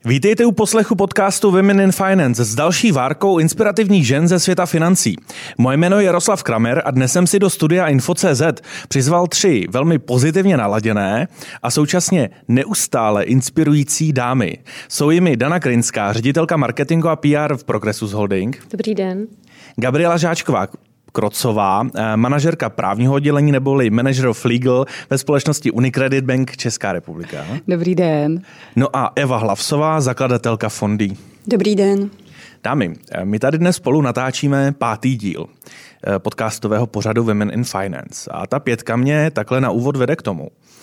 Vítejte u poslechu podcastu Women in Finance s další várkou inspirativních žen ze světa financí. Moje jméno je Jaroslav Kramer a dnes jsem si do studia Info.cz přizval 3 velmi pozitivně naladěné a současně neustále inspirující dámy. Jsou jimi Dana Krinská, ředitelka marketingu a PR v Progressus Holding. Dobrý den. Gabriela Žáčková Krocová, manažerka právního oddělení neboli Manager of Legal ve společnosti Unicredit Bank Česká republika. Dobrý den. No a Eva Hlavsová, zakladatelka Fondy. Dobrý den. Dámy, my tady dnes spolu natáčíme 5. díl podcastového pořadu Women in Finance. A ta 5 mě takhle na úvod vede k tomu.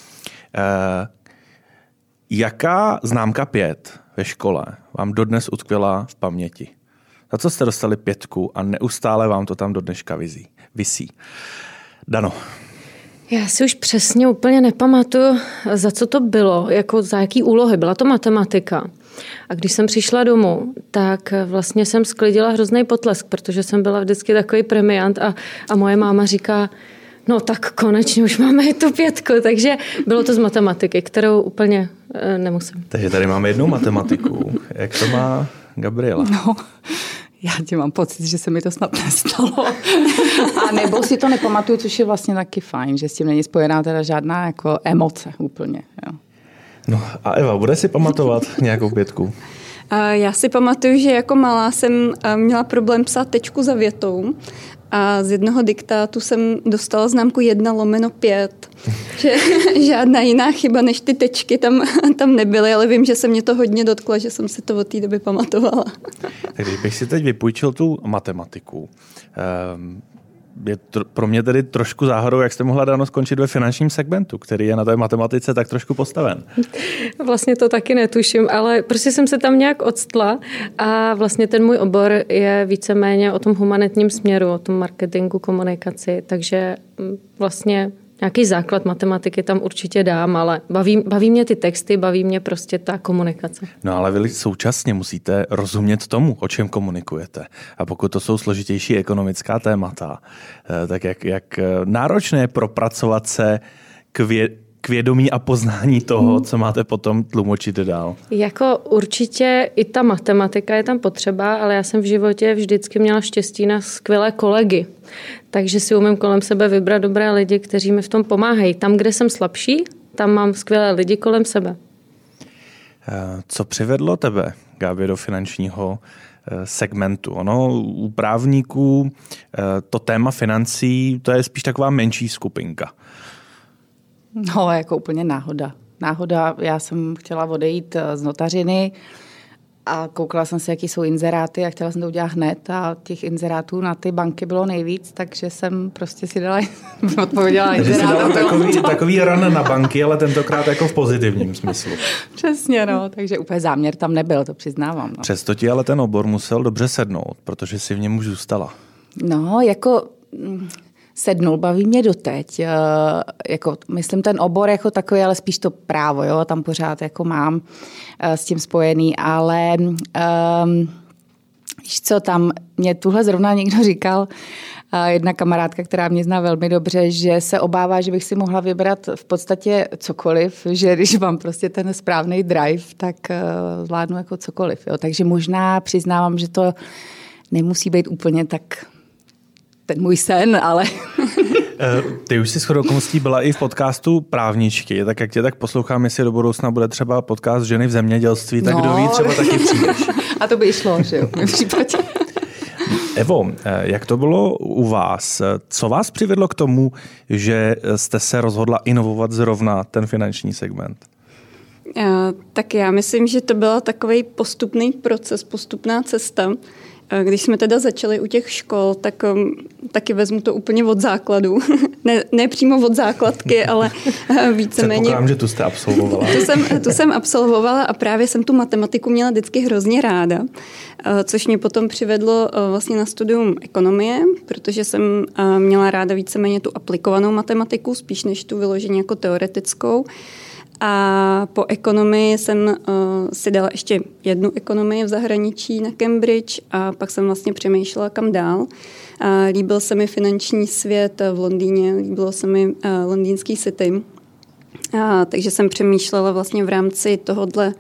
Jaká známka 5 ve škole vám dodnes utkvěla v paměti? Za co jste dostali 5 a neustále vám to tam do dneška visí? Dano. Já si už přesně úplně nepamatuju, za co to bylo, jako za jaký úlohy. Byla to matematika. A když jsem přišla domů, tak vlastně jsem sklidila hrozný potlesk, protože jsem byla vždycky takový premiant a moje máma říká, no tak konečně už máme i tu 5, takže bylo to z matematiky, kterou úplně nemusím. Takže tady máme jednu matematiku. Jak to má Gabriela? No, já tě mám pocit, že se mi to snad nestalo. A nebo si to nepamatuju, což je vlastně taky fajn, že s tím není spojená teda žádná jako emoce úplně. Jo. No a Eva, bude si pamatovat nějakou 5? Já si pamatuju, že jako malá jsem měla problém psát tečku za větou a z jednoho diktátu jsem dostala známku 1/5. Že žádná jiná chyba než ty tečky tam nebyly, ale vím, že se mě to hodně dotklo, že jsem si to od té doby pamatovala. Tak když bych si teď vypůjčil tu matematiku, je pro mě tedy trošku záhadou, jak jste mohla Dano skončit ve finančním segmentu, který je na té matematice tak trošku postaven. Vlastně to taky netuším, ale prostě jsem se tam nějak odstla a vlastně ten můj obor je víceméně o tom humanitním směru, o tom marketingu, komunikaci, takže vlastně nějaký základ matematiky tam určitě dám, ale baví mě ty texty, baví mě prostě ta komunikace. No ale vy současně musíte rozumět tomu, o čem komunikujete. A pokud to jsou složitější ekonomická témata, tak jak náročné je propracovat se k vědomí a poznání toho, co máte potom tlumočit dál? Jako určitě i ta matematika je tam potřeba, ale já jsem v životě vždycky měla štěstí na skvělé kolegy. Takže si umím kolem sebe vybrat dobré lidi, kteří mi v tom pomáhají. Tam, kde jsem slabší, tam mám skvělé lidi kolem sebe. Co přivedlo tebe, Gábě, do finančního segmentu? Ono u právníků to téma financí, to je spíš taková menší skupinka. No, jako úplně náhoda. Já jsem chtěla odejít z notařiny a koukala jsem se, jaký jsou inzeráty a chtěla jsem to udělat hned a těch inzerátů na ty banky bylo nejvíc, takže jsem prostě si odpověděla inzerát. Takový run na banky, ale tentokrát jako v pozitivním smyslu. Přesně, no, takže úplně záměr tam nebyl, to přiznávám. No. Přesto ti ale ten obor musel dobře sednout, protože si v něm už zůstala. No, jako sednul, baví mě doteď. Jako, myslím ten obor jako takový, ale spíš to právo, jo, tam pořád jako mám s tím spojený, ale víš co, tam mě tuhle zrovna někdo říkal, jedna kamarádka, která mě zná velmi dobře, že se obává, že bych si mohla vybrat v podstatě cokoliv, že když mám prostě ten správný drive, tak zvládnu jako cokoliv. Jo. Takže možná přiznávám, že to nemusí být úplně tak ten můj sen, ale... Ty už si shodou okolností byla i v podcastu Právničky, tak jak tě tak poslouchám, jestli do budoucna bude třeba podcast Ženy v zemědělství, tak kdo ví, třeba taky přijdeš. A to by šlo, že jo, v případě. Evo, jak to bylo u vás? Co vás přivedlo k tomu, že jste se rozhodla inovovat zrovna ten finanční segment? Tak já myslím, že to byl takový postupný proces, postupná cesta. Když jsme teda začali u těch škol, tak taky vezmu to úplně od základu. Ne přímo od základky, ale víceméně... Předpokládám, že tu jste absolvovala. Tu jsem absolvovala a právě jsem tu matematiku měla vždycky hrozně ráda, což mě potom přivedlo vlastně na studium ekonomie, protože jsem měla ráda víceméně tu aplikovanou matematiku, spíš než tu vyloženě jako teoretickou. A po ekonomii jsem si dala ještě jednu ekonomii v zahraničí na Cambridge a pak jsem vlastně přemýšlela, kam dál. Líbil se mi finanční svět v Londýně, líbilo se mi londýnský city. Takže jsem přemýšlela vlastně v rámci tohodle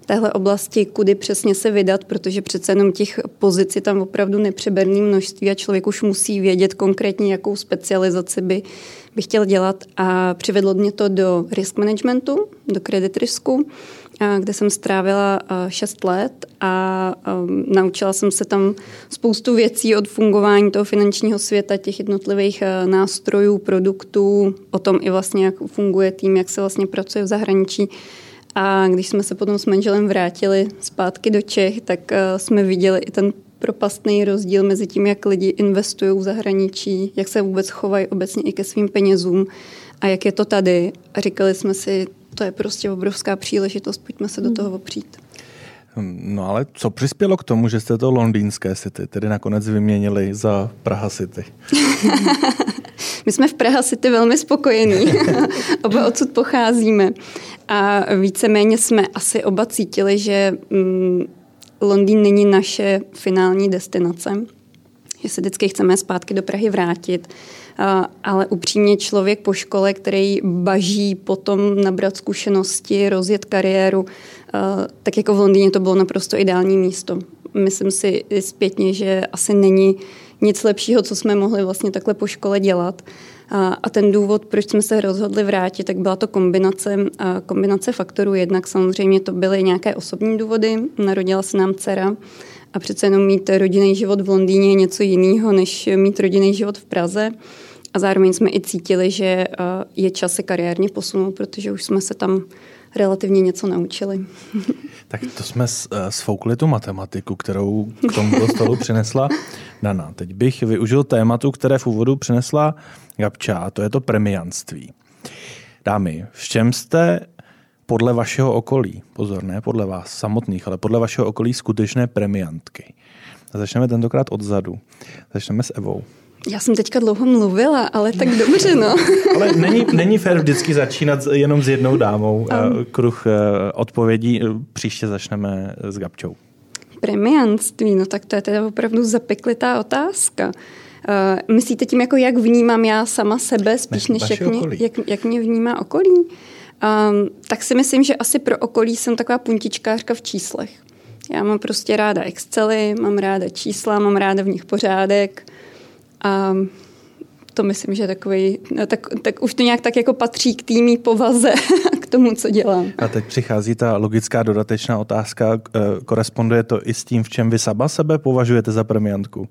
téhle oblasti, kudy přesně se vydat, protože přece jenom těch pozic je tam opravdu nepřeberné množství a člověk už musí vědět konkrétně, jakou specializaci by chtěl dělat. A přivedlo mě to do risk managementu, do credit risku, kde jsem strávila 6 let a naučila jsem se tam spoustu věcí od fungování toho finančního světa, těch jednotlivých nástrojů, produktů, o tom i vlastně, jak funguje tým, jak se vlastně pracuje v zahraničí. A když jsme se potom s manželem vrátili zpátky do Čech, tak jsme viděli i ten propastný rozdíl mezi tím, jak lidi investují v zahraničí, jak se vůbec chovají obecně i ke svým penězům a jak je to tady. A říkali jsme si, to je prostě obrovská příležitost, pojďme se do toho opřít. No ale co přispělo k tomu, že jste to londýnské City tedy nakonec vyměnili za Praha City? My jsme v Praha City velmi spokojení. Oba odsud pocházíme. A víceméně jsme asi oba cítili, že Londýn není naše finální destinace. Že se vždycky chceme zpátky do Prahy vrátit. Ale upřímně člověk po škole, který baží potom nabrat zkušenosti, rozjet kariéru, tak jako v Londýně to bylo naprosto ideální místo. Myslím si zpětně, že asi není nic lepšího, co jsme mohli vlastně takhle po škole dělat. A ten důvod, proč jsme se rozhodli vrátit, tak byla to kombinace faktorů. Jednak samozřejmě to byly nějaké osobní důvody, narodila se nám dcera a přece jenom mít rodinný život v Londýně je něco jiného, než mít rodinný život v Praze. A zároveň jsme i cítili, že je čas se kariérně posunout, protože už jsme se tam relativně něco naučili. Tak to jsme sfoukli tu matematiku, kterou k tomu stolu přinesla Dana. Teď bych využil tématu, které v úvodu přinesla Gabča, a to je to premiantství. Dámy, v čem jste podle vašeho okolí, pozor, ne podle vás samotných, ale podle vašeho okolí skutečné premiantky? Začneme tentokrát odzadu. Začneme s Evou. Já jsem teďka dlouho mluvila, ale tak dobře, no. Ale není fér vždycky začínat jenom s jednou dámou. Kruh odpovědí, příště začneme s Gabčou. Premiantství, no tak to je teda opravdu zapeklitá otázka. Myslíte tím, jako jak vnímám já sama sebe, spíš než jak mě vnímá okolí? Tak si myslím, že asi pro okolí jsem taková puntičkářka v číslech. Já mám prostě ráda Excely, mám ráda čísla, mám ráda v nich pořádek. A to myslím, že takový, tak už to nějak tak jako patří k týmí povaze k tomu, co dělám. A teď přichází ta logická dodatečná otázka. Koresponduje to i s tím, v čem vy sama sebe považujete za premiantku?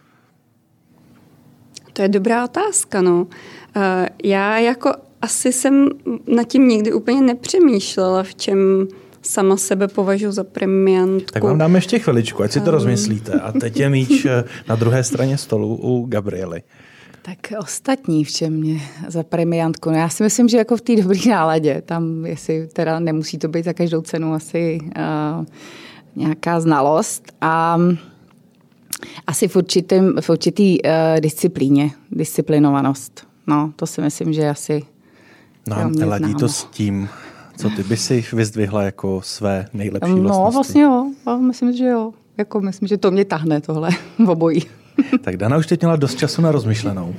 To je dobrá otázka, no. Já jako asi jsem nad tím nikdy úplně nepřemýšlela, v čem sama sebe považuji za premiantku. Tak vám dáme ještě chviličku, ať si to rozmyslíte. A teď je míč na druhé straně stolu u Gabriely. Tak ostatní, v čem mě za premiantku. No já si myslím, že jako v té dobré náladě, tam jestli teda nemusí to být za každou cenu asi nějaká znalost a asi v určitý disciplinovanost. No, to si myslím, že asi no a ladí to s tím, co ty by si vyzdvihla jako své nejlepší vlastnosti? No vlastně jo, myslím, že jo. Jako myslím, že to mě tahne tohle obojí. Tak Dana už teď měla dost času na rozmyšlenou.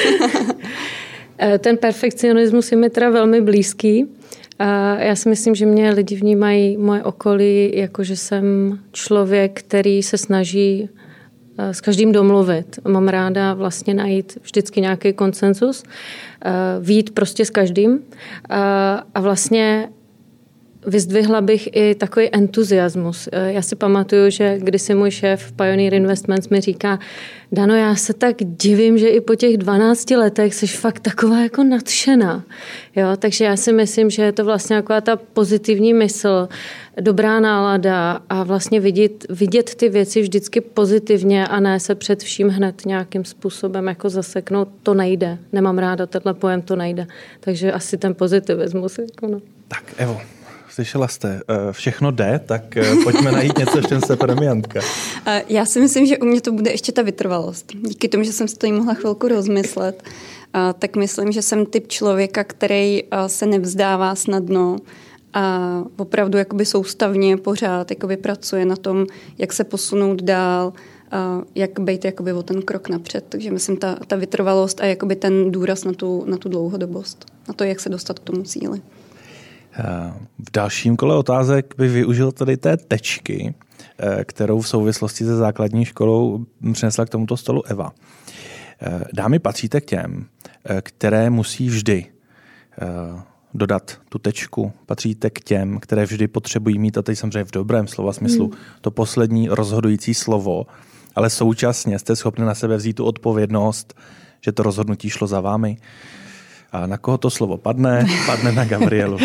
Ten perfekcionismus je mi teda velmi blízký. Já si myslím, že mě lidi vnímají moje okolí, jako že jsem člověk, který se snaží s každým domluvit. Mám ráda vlastně najít vždycky nějaký konsenzus, vyjít prostě s každým a vlastně vyzdvihla bych i takový entuziasmus. Já si pamatuju, že kdysi můj šéf v Pioneer Investments mi říká: Dano, já se tak divím, že i po těch 12 letech jsi fakt taková jako nadšená. Jo, takže já si myslím, že je to vlastně taková ta pozitivní mysl, dobrá nálada a vlastně vidět ty věci vždycky pozitivně a ne se před vším hned nějakým způsobem jako zaseknout. To nejde. Nemám ráda tenhle pojem, to nejde. Takže asi ten pozitivismus. Jako no. Tak Evo, slyšela jste, všechno jde, tak pojďme najít něco, s čím jste premiantka. Já si myslím, že u mě to bude ještě ta vytrvalost. Díky tomu, že jsem si to mohla chvilku rozmyslet, tak myslím, že jsem typ člověka, který se nevzdává snadno a opravdu jakoby soustavně pořád jakoby pracuje na tom, jak se posunout dál, jak být jakoby o ten krok napřed. Takže myslím, ta vytrvalost a jakoby ten důraz na tu dlouhodobost, na to, jak se dostat k tomu cíli. V dalším kole otázek bych využil tady té tečky, kterou v souvislosti se základní školou přinesla k tomuto stolu Eva. Dámy, patříte k těm, které musí vždy dodat tu tečku. Patříte k těm, které vždy potřebují mít, a teď samozřejmě v dobrém slova smyslu, to poslední rozhodující slovo, ale současně jste schopni na sebe vzít tu odpovědnost, že to rozhodnutí šlo za vámi. A na koho to slovo padne? Padne na Gabrielu.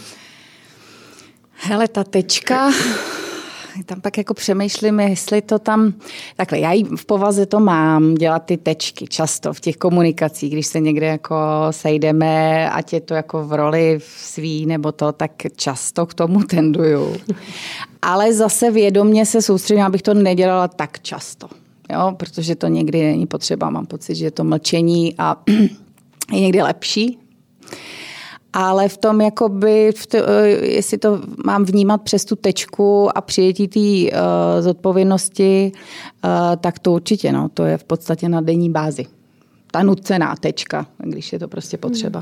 Hele, ta tečka, tam pak jako přemýšlím, jestli to tam... Takhle, já v povaze to mám, dělat ty tečky často v těch komunikacích, když se někde jako sejdeme, ať je to jako v roli svý nebo to, tak často k tomu tenduju. Ale zase vědomě se soustředím, abych to nedělala tak často. Jo, protože to někdy není potřeba. Mám pocit, že to mlčení a je někdy lepší. Ale v tom, jakoby, jestli to mám vnímat přes tu tečku a přijetí té zodpovědnosti, tak to určitě, no, to je v podstatě na denní bázi. Ta nucená tečka, když je to prostě potřeba.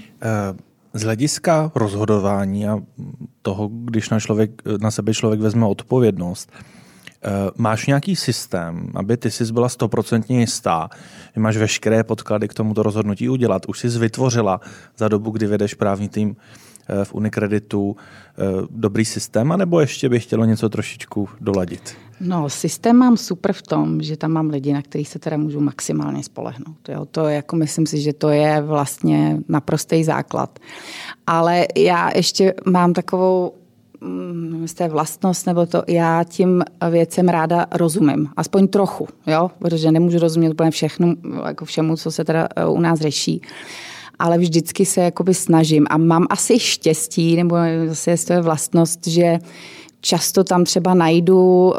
Z hlediska rozhodování a toho, když na sebe člověk vezme odpovědnost, máš nějaký systém, aby ty jsi byla 100% jistá, že máš veškeré podklady k tomuto rozhodnutí udělat. Už jsi vytvořila za dobu, kdy vedeš právní tým v Unikreditu dobrý systém, anebo ještě bych chtělo něco trošičku doladit? No, systém mám super v tom, že tam mám lidi, na kterých se teda můžu maximálně spolehnout. Jo, to jako myslím si, že to je vlastně naprostý základ. Ale já ještě mám takovou vlastnost, nebo to já tím věcem ráda rozumím. Aspoň trochu, jo? Protože nemůžu rozumět úplně všechno, jako všemu, co se teda u nás řeší. Ale vždycky se jakoby snažím. A mám asi štěstí, nebo zase to je vlastnost, že často tam třeba najdu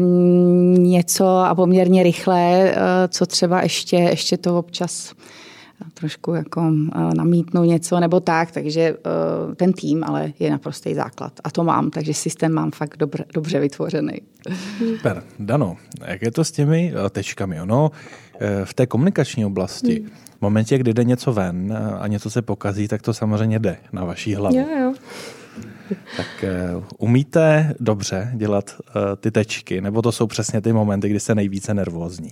něco a poměrně rychle, co třeba ještě to občas trošku jako namítnu něco nebo tak, takže ten tým ale je naprostý základ. A to mám, takže systém mám fakt dobře vytvořený. Super. Dano, jak je to s těmi tečkami? Ono v té komunikační oblasti, v momentě, kdy jde něco ven a něco se pokazí, tak to samozřejmě jde na vaší hlavu. Jo. Tak umíte dobře dělat ty tečky, nebo to jsou přesně ty momenty, kdy jste nejvíce nervózní?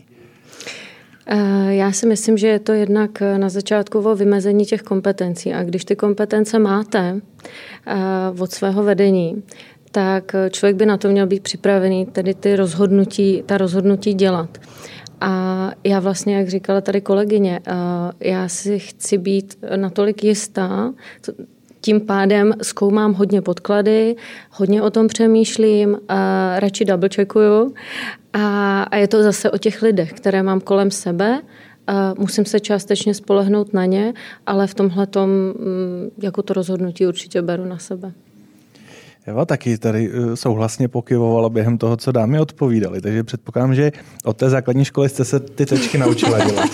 Já si myslím, že je to jednak na začátku o vymezení těch kompetencí. A když ty kompetence máte od svého vedení, tak člověk by na to měl být připravený, tedy ta rozhodnutí dělat. A já vlastně, jak říkala tady kolegyně, já si chci být natolik jistá, tím pádem zkoumám hodně podklady, hodně o tom přemýšlím, radši double-checkuju a je to zase o těch lidech, které mám kolem sebe. Musím se částečně spolehnout na ně, ale v tomhletom jako to rozhodnutí určitě beru na sebe. Eva taky tady souhlasně pokyvovala během toho, co dámy odpovídali, takže předpokládám, že od té základní školy jste se ty tečky naučila dělat.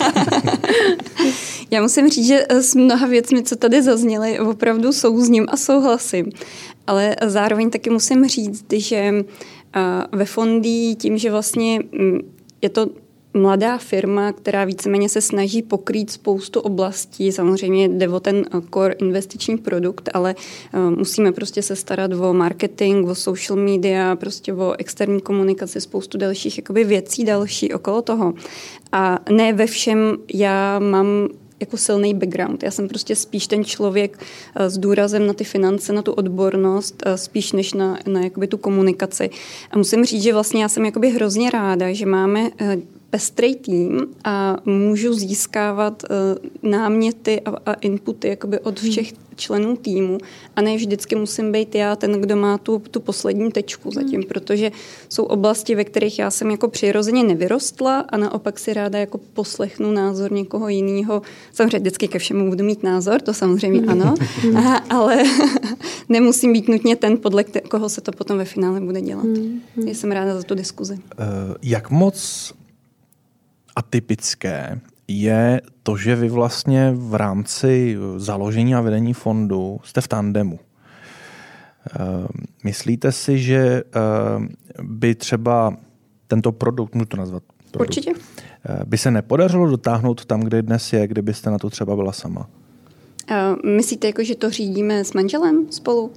Já musím říct, že s mnoha věcmi, co tady zazněly, opravdu souzním a souhlasím. Ale zároveň taky musím říct, že ve Fondii tím, že vlastně je to mladá firma, která víceméně se snaží pokrýt spoustu oblastí. Samozřejmě jde o ten core investiční produkt, ale musíme prostě se starat o marketing, o social media, prostě o externí komunikaci, spoustu dalších jakoby věcí další okolo toho. A ne ve všem já mám jako silný background. Já jsem prostě spíš ten člověk s důrazem na ty finance, na tu odbornost, spíš než na jakoby tu komunikaci. A musím říct, že vlastně já jsem jakoby hrozně ráda, že máme pestrý tým a můžu získávat náměty a inputy jakoby od všech členů týmu a ne vždycky musím být já ten, kdo má tu poslední tečku zatím, protože jsou oblasti, ve kterých já jsem jako přirozeně nevyrostla a naopak si ráda jako poslechnu názor někoho jiného. Samozřejmě vždycky ke všemu budu mít názor, to samozřejmě ano, ale nemusím být nutně ten, podle koho se to potom ve finále bude dělat. Jsem ráda za tu diskuzi. Jak moc atypické je to, že vy vlastně v rámci založení a vedení fondu jste v tandemu. Myslíte si, že by třeba tento produkt, můžu to nazvat produkt, určitě, by se nepodařilo dotáhnout tam, kde dnes je, kdybyste na to třeba byla sama? Myslíte, jako, že to řídíme s manželem spolu?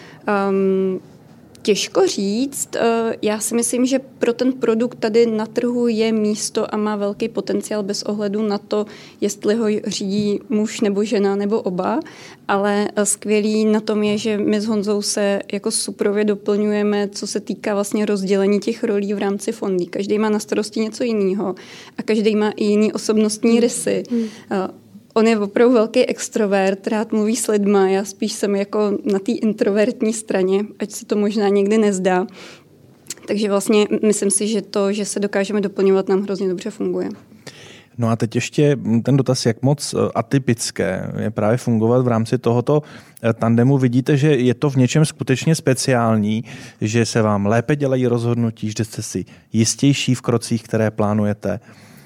Těžko říct. Já si myslím, že pro ten produkt tady na trhu je místo a má velký potenciál bez ohledu na to, jestli ho řídí muž nebo žena nebo oba, ale skvělý na tom je, že my s Honzou se jako suprově doplňujeme, co se týká vlastně rozdělení těch rolí v rámci fondů. Každý má na starosti něco jiného a každý má i jiný osobnostní rysy. On je opravdu velký extrovert, rád mluví s lidma, já spíš jsem jako na té introvertní straně, ať se to možná někdy nezdá. Takže vlastně myslím si, že to, že se dokážeme doplňovat, nám hrozně dobře funguje. No a teď ještě ten dotaz, jak moc atypické je právě fungovat v rámci tohoto tandemu. Vidíte, že je to v něčem skutečně speciální, že se vám lépe dělají rozhodnutí, že jste si jistější v krocích, které plánujete,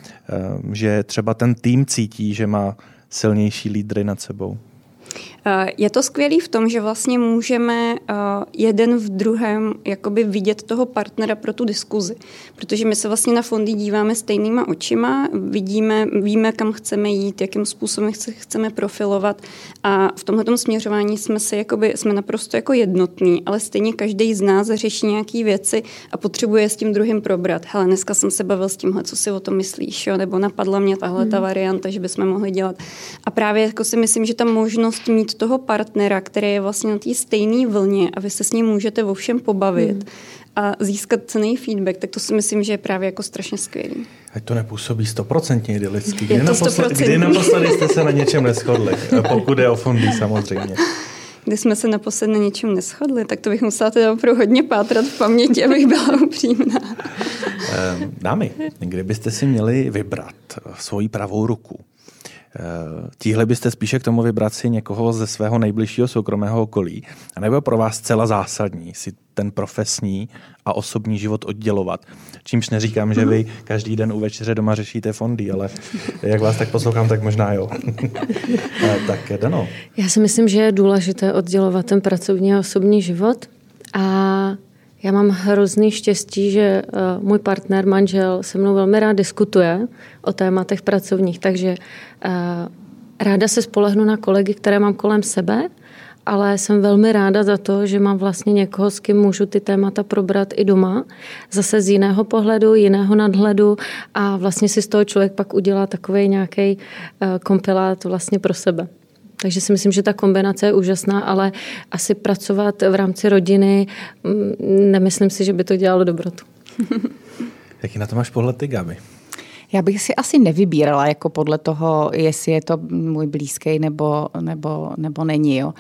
že třeba ten tým cítí, že má silnější lídry nad sebou? Je to skvělý v tom, že vlastně můžeme jeden v druhém jakoby vidět toho partnera pro tu diskuzi. Protože my se vlastně na fondy díváme stejnýma očima, víme, kam chceme jít, jakým způsobem chceme profilovat a v tomhletom směřování jsme naprosto jako jednotní, ale stejně každý z nás řeší nějaké věci a potřebuje s tím druhým probrat. Hele, dneska jsem se bavil s tímhle, co si o tom myslíš, jo? Nebo napadla mě tahle ta varianta, že bychom mohli dělat. A právě jako si myslím, že ta možnost mít toho partnera, který je vlastně na té stejné vlně a vy se s ním můžete o všem pobavit a získat cenný feedback, tak to si myslím, že je právě jako strašně skvělý. Ať to nepůsobí 100% idylicky. Kdy naposledy jste se na něčem neshodli? Pokud je o fondy samozřejmě. Kdy jsme se naposledy na něčem neshodli, tak to bych musela teda opravdu hodně pátrat v paměti, abych byla upřímná. Dámy, kdybyste si měli vybrat svoji pravou ruku, tíhle byste spíše k tomu vybrat si někoho ze svého nejbližšího soukromého okolí, anebo pro vás zcela zásadní si ten profesní a osobní život oddělovat. Čímž neříkám, že vy každý den u večeře doma řešíte fondy, ale jak vás tak poslouchám, tak možná jo. Tak Dano. Já si myslím, že je důležité oddělovat ten pracovní a osobní život a já mám hrozný štěstí, že můj partner, manžel se mnou velmi rád diskutuje o tématech pracovních, takže ráda se spolehnu na kolegy, které mám kolem sebe, ale jsem velmi ráda za to, že mám vlastně někoho, s kým můžu ty témata probrat i doma, zase z jiného pohledu, jiného nadhledu a vlastně si z toho člověk pak udělá takový nějaký kompilát vlastně pro sebe. Takže si myslím, že ta kombinace je úžasná, ale asi pracovat v rámci rodiny, nemyslím si, že by to dělalo dobrotu. Jaký na to máš pohled ty, Gabi? Já bych si asi nevybírala jako podle toho, jestli je to můj blízký nebo není. Jo.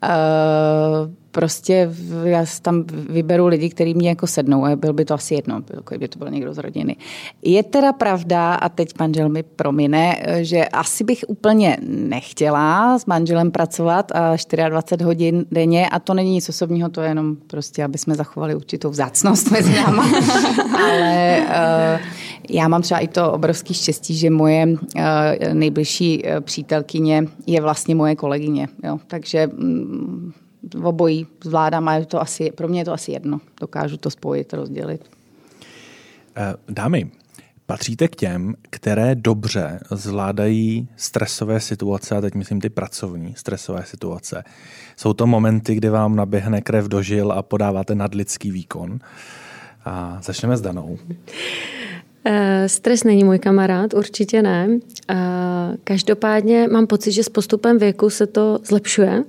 Prostě já tam vyberu lidi, kteří mě jako sednou a byl by to asi jedno, kdyby to byl někdo z rodiny. Je teda pravda, a teď manžel mi promine, že asi bych úplně nechtěla s manželem pracovat 24 hodin denně a to není nic osobního, to je jenom prostě, aby jsme zachovali určitou vzácnost mezi náma. Ale já mám třeba i to obrovský štěstí, že moje nejbližší přítelkyně je vlastně moje kolegyně. Jo? Takže obojí zvládám a pro mě je to asi jedno. Dokážu to spojit, rozdělit. Dámy, patříte k těm, které dobře zvládají stresové situace, a teď myslím ty pracovní stresové situace. Jsou to momenty, kdy vám naběhne krev do žil a podáváte nadlidský výkon. A začneme s Danou. Stres není můj kamarád, určitě ne. Každopádně mám pocit, že s postupem věku se to zlepšuje.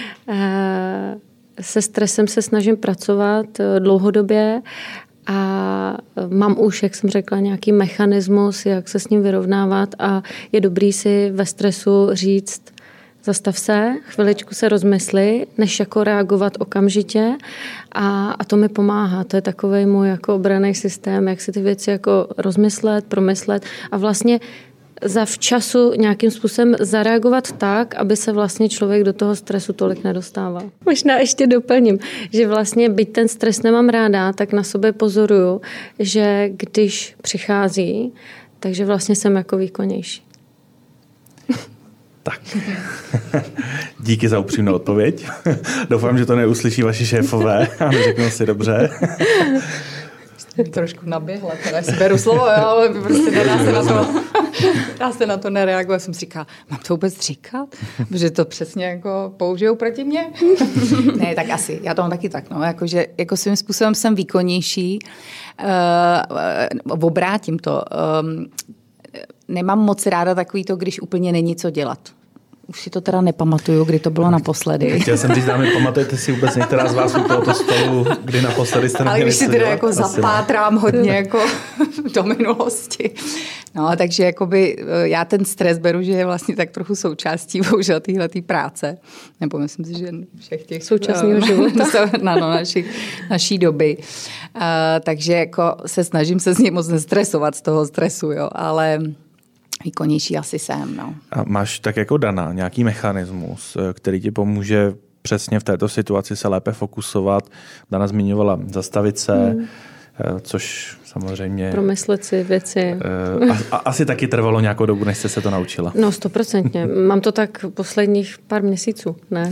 Se stresem se snažím pracovat dlouhodobě a mám už, jak jsem řekla, nějaký mechanismus, jak se s ním vyrovnávat a je dobrý si ve stresu říct, zastav se, chviličku se rozmysli, než jako reagovat okamžitě a to mi pomáhá. To je takovej můj jako obranný systém, jak si ty věci jako rozmyslet, promyslet a vlastně za včasu nějakým způsobem zareagovat tak, aby se vlastně člověk do toho stresu tolik nedostával. Možná ještě doplním, že vlastně byť ten stres nemám ráda, tak na sobě pozoruju, že když přichází, takže vlastně jsem jako výkonnější. Tak. Díky za upřímnou odpověď. Doufám, že to neuslyší vaši šéfové a neřeknou si dobře. Trošku naběhla, teda si beru slovo, ale prostě nedá se na to. Já se na to nereagovala, jsem si říkala, mám to vůbec říkat? Protože to přesně jako použijou proti mně. Ne, tak asi, já to mám taky tak, no, jakože jako svým způsobem jsem výkonnější, obrátím to. Nemám moc ráda takový to, když úplně není co dělat. Už si to teda nepamatuju, kdy to bylo naposledy. Chtěl jsem říct, dámy, pamatujete si vůbec některá z vás u tohoto stolu, kdy naposledy jste neměli. Ale když si teda jako zapátrám hodně jako do minulosti. No, takže jakoby já ten stres beru, že je vlastně tak trochu součástí bohužel téhletý práce. Nebo myslím si, že všech těch současného života. naší doby. Takže jako se snažím se z něj moc nestresovat z toho stresu, jo, ale výkonnější asi jsem, no. A máš tak jako Dana nějaký mechanismus, který ti pomůže přesně v této situaci se lépe fokusovat? Dana zmiňovala zastavit se, což samozřejmě... Promyslet si věci. Asi taky trvalo nějakou dobu, než jste se to naučila. No 100%. Mám to tak posledních pár měsíců, ne?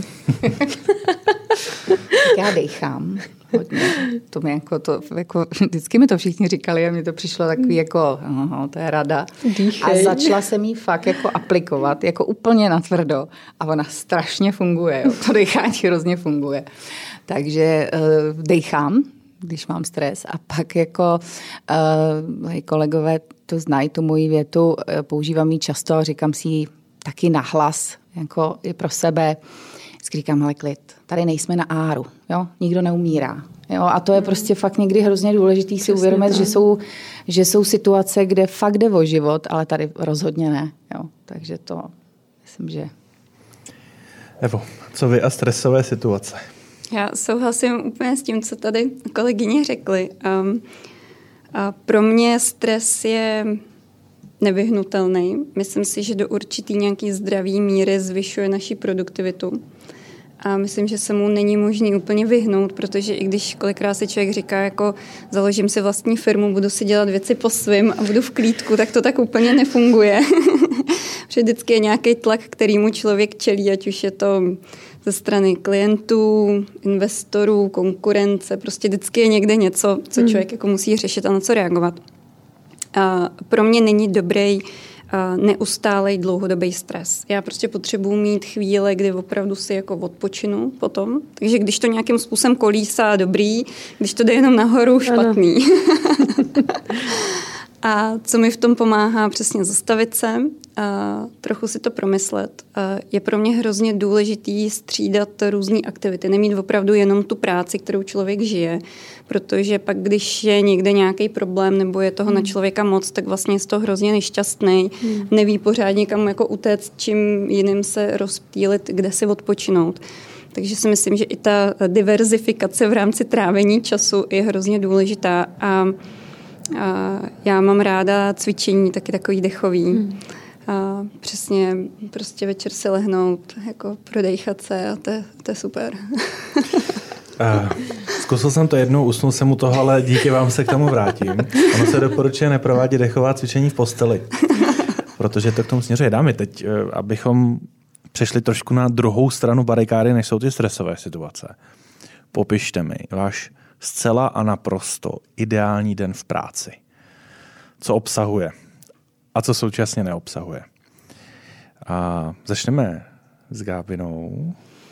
Já dejchám hodně. To mi jako vždycky mi to všichni říkali a mně to přišlo takový jako, to je rada. Dýchej. A začala jsem jí fakt jako aplikovat, jako úplně natvrdo a ona strašně funguje. Jo. To dechání hrozně funguje. Takže dejchám, když mám stres a pak jako kolegové to znají, tu moji větu, používám ji často a říkám si ji taky nahlas, jako i pro sebe. Říkám, ale klid, tady nejsme na áru, jo? Nikdo neumírá. Jo? A to je prostě fakt někdy hrozně důležitý si uvědomit, že jsou situace, kde fakt jde o život, ale tady rozhodně ne. Jo? Takže to myslím, že... Evo, co vy a stresové situace? Já souhlasím úplně s tím, co tady kolegyně řekly. A pro mě stres je nevyhnutelný. Myslím si, že do určitý nějaký zdravý míry zvyšuje naši produktivitu. A myslím, že se mu není možný úplně vyhnout, protože i když kolikrát si člověk říká, jako založím si vlastní firmu, budu si dělat věci po svým a budu v klídku, tak to tak úplně nefunguje. Protože vždycky je nějaký tlak, kterýmu člověk čelí, ať už je to ze strany klientů, investorů, konkurence. Prostě vždycky je někde něco, co člověk jako musí řešit a na co reagovat. A pro mě není dobrý neustálej dlouhodobý stres. Já prostě potřebuji mít chvíle, kdy opravdu si jako odpočinu potom. Takže když to nějakým způsobem kolísá, dobrý, když to jde jenom nahoru, špatný. A co mi v tom pomáhá přesně zastavit se, a trochu si to promyslet. Je pro mě hrozně důležitý střídat různé aktivity, nemít opravdu jenom tu práci, kterou člověk žije, protože pak, když je někde nějaký problém nebo je toho na člověka moc, tak vlastně je z toho hrozně nešťastný, neví pořádně kam jako utéct, čím jiným se rozptýlit, kde si odpočinout. Takže si myslím, že i ta diverzifikace v rámci trávení času je hrozně důležitá a já mám ráda cvičení, taky takový dechový. A přesně prostě večer si lehnout, jako prodejchat se a to je super. Zkusil jsem to jednou, usnul jsem u toho, ale díky vám se k tomu vrátím. Ono se doporučuje neprovádět dechová cvičení v posteli, protože to k tomu směřuje. Dámy, teď, abychom přešli trošku na druhou stranu barikády, než jsou ty stresové situace. Popište mi váš zcela a naprosto ideální den v práci. Co obsahuje a co současně neobsahuje. A začneme s Gábinou.